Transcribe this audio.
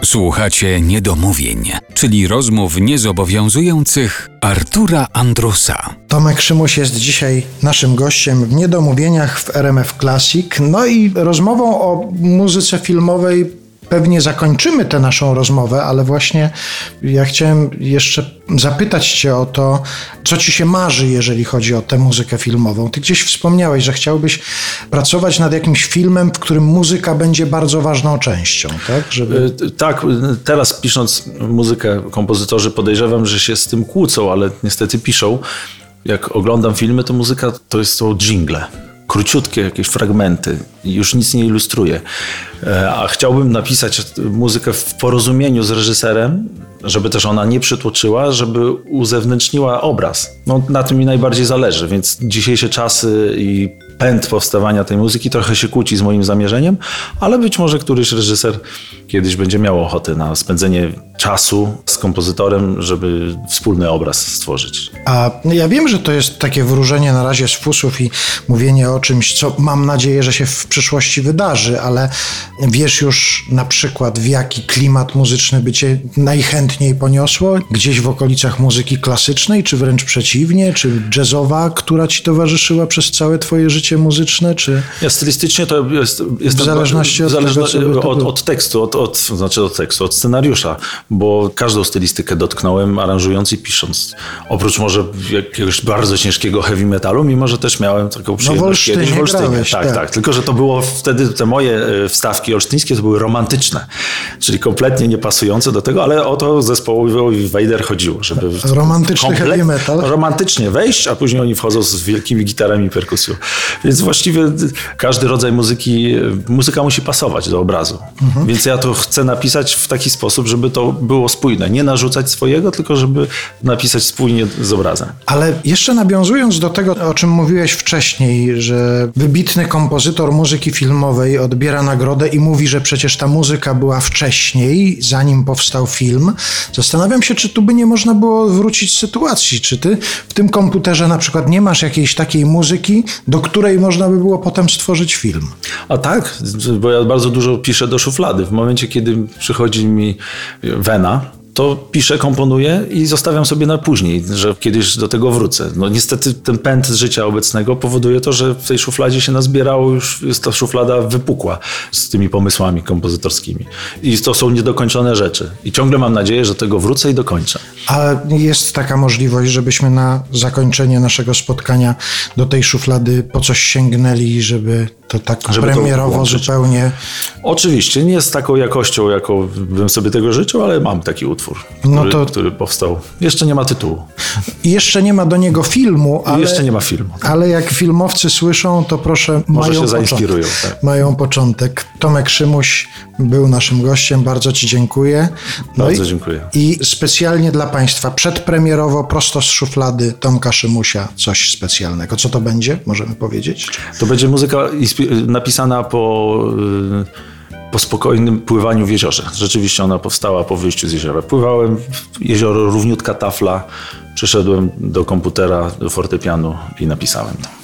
Słuchacie Niedomówień, czyli rozmów niezobowiązujących Artura Andrusa. Tomek Szymuś jest dzisiaj naszym gościem w Niedomówieniach w RMF Classic. No i rozmową o muzyce filmowej pewnie zakończymy tę naszą rozmowę, ale właśnie ja chciałem jeszcze zapytać Cię o to, co Ci się marzy, jeżeli chodzi o tę muzykę filmową. Ty gdzieś wspomniałeś, że chciałbyś pracować nad jakimś filmem, w którym muzyka będzie bardzo ważną częścią, tak? Tak, teraz pisząc muzykę, kompozytorzy podejrzewam, że się z tym kłócą, ale niestety piszą. Jak oglądam filmy, to muzyka to są dżingle. Króciutkie jakieś fragmenty, już nic nie ilustruje. A chciałbym napisać muzykę w porozumieniu z reżyserem, żeby też ona nie przytłoczyła, żeby uzewnętrzniła obraz. No, na tym mi najbardziej zależy, więc dzisiejsze czasy i pęd powstawania tej muzyki trochę się kłóci z moim zamierzeniem, ale być może któryś reżyser kiedyś będzie miał ochotę na spędzenie czasu z kompozytorem, żeby wspólny obraz stworzyć. A ja wiem, że to jest takie wróżenie na razie z fusów i mówienie o czymś, co mam nadzieję, że się w przyszłości wydarzy, ale wiesz już na przykład, w jaki klimat muzyczny by cię najchętniej poniosło? Gdzieś w okolicach muzyki klasycznej, czy wręcz przeciwnie, czy jazzowa, która ci towarzyszyła przez całe twoje życie muzyczne, czy... Ja stylistycznie to jest w zależności od tekstu, od scenariusza, bo każdą stylistykę dotknąłem, aranżując i pisząc. Oprócz może jakiegoś bardzo ciężkiego heavy metalu, mimo że też miałem taką przyjemność kiedyś w Olsztynie. Tak. Tylko że to było wtedy, te moje wstawki olsztyńskie to były romantyczne, czyli kompletnie niepasujące do tego, ale o to zespołowi Vader chodziło, żeby romantyczny heavy metal. Romantycznie wejść, a później oni wchodzą z wielkimi gitarami i perkusją. Więc właściwie każdy rodzaj muzyka musi pasować do obrazu. Więc ja to chcę napisać w taki sposób, żeby to było spójne. Nie narzucać swojego, tylko żeby napisać spójnie z obrazem. Ale jeszcze nawiązując do tego, o czym mówiłeś wcześniej, że wybitny kompozytor muzyki filmowej odbiera nagrodę i mówi, że przecież ta muzyka była wcześniej, zanim powstał film. Zastanawiam się, czy tu by nie można było wrócić sytuacji. Czy ty w tym komputerze na przykład nie masz jakiejś takiej muzyki, do której można by było potem stworzyć film? A tak, bo ja bardzo dużo piszę do szuflady. W momencie, kiedy przychodzi mi wena, to piszę, komponuję i zostawiam sobie na później, że kiedyś do tego wrócę. No niestety ten pęd życia obecnego powoduje to, że w tej szufladzie się nazbierało, już jest ta szuflada wypukła z tymi pomysłami kompozytorskimi. I to są niedokończone rzeczy. I ciągle mam nadzieję, że do tego wrócę i dokończę. A jest taka możliwość, żebyśmy na zakończenie naszego spotkania do tej szuflady po coś sięgnęli, żeby to tak premierowo zupełnie... Oczywiście, nie z taką jakością, jaką bym sobie tego życzył, ale mam taki utwór, który powstał. Jeszcze nie ma tytułu. I jeszcze nie ma do niego filmu, ale... Jeszcze nie ma filmu. Ale jak filmowcy słyszą, to proszę, może się zainspirują. Tak. Mają początek. Tomek Szymuś był naszym gościem. Bardzo Ci dziękuję. Bardzo dziękuję. I specjalnie dla Państwa, przedpremierowo, prosto z szuflady Tomka Szymusia, coś specjalnego. Co to będzie? Możemy powiedzieć? To będzie muzyka napisana po spokojnym pływaniu w jeziorze. Rzeczywiście ona powstała po wyjściu z jeziora. Pływałem w jezioro, równiutka tafla, przeszedłem do komputera, do fortepianu i napisałem.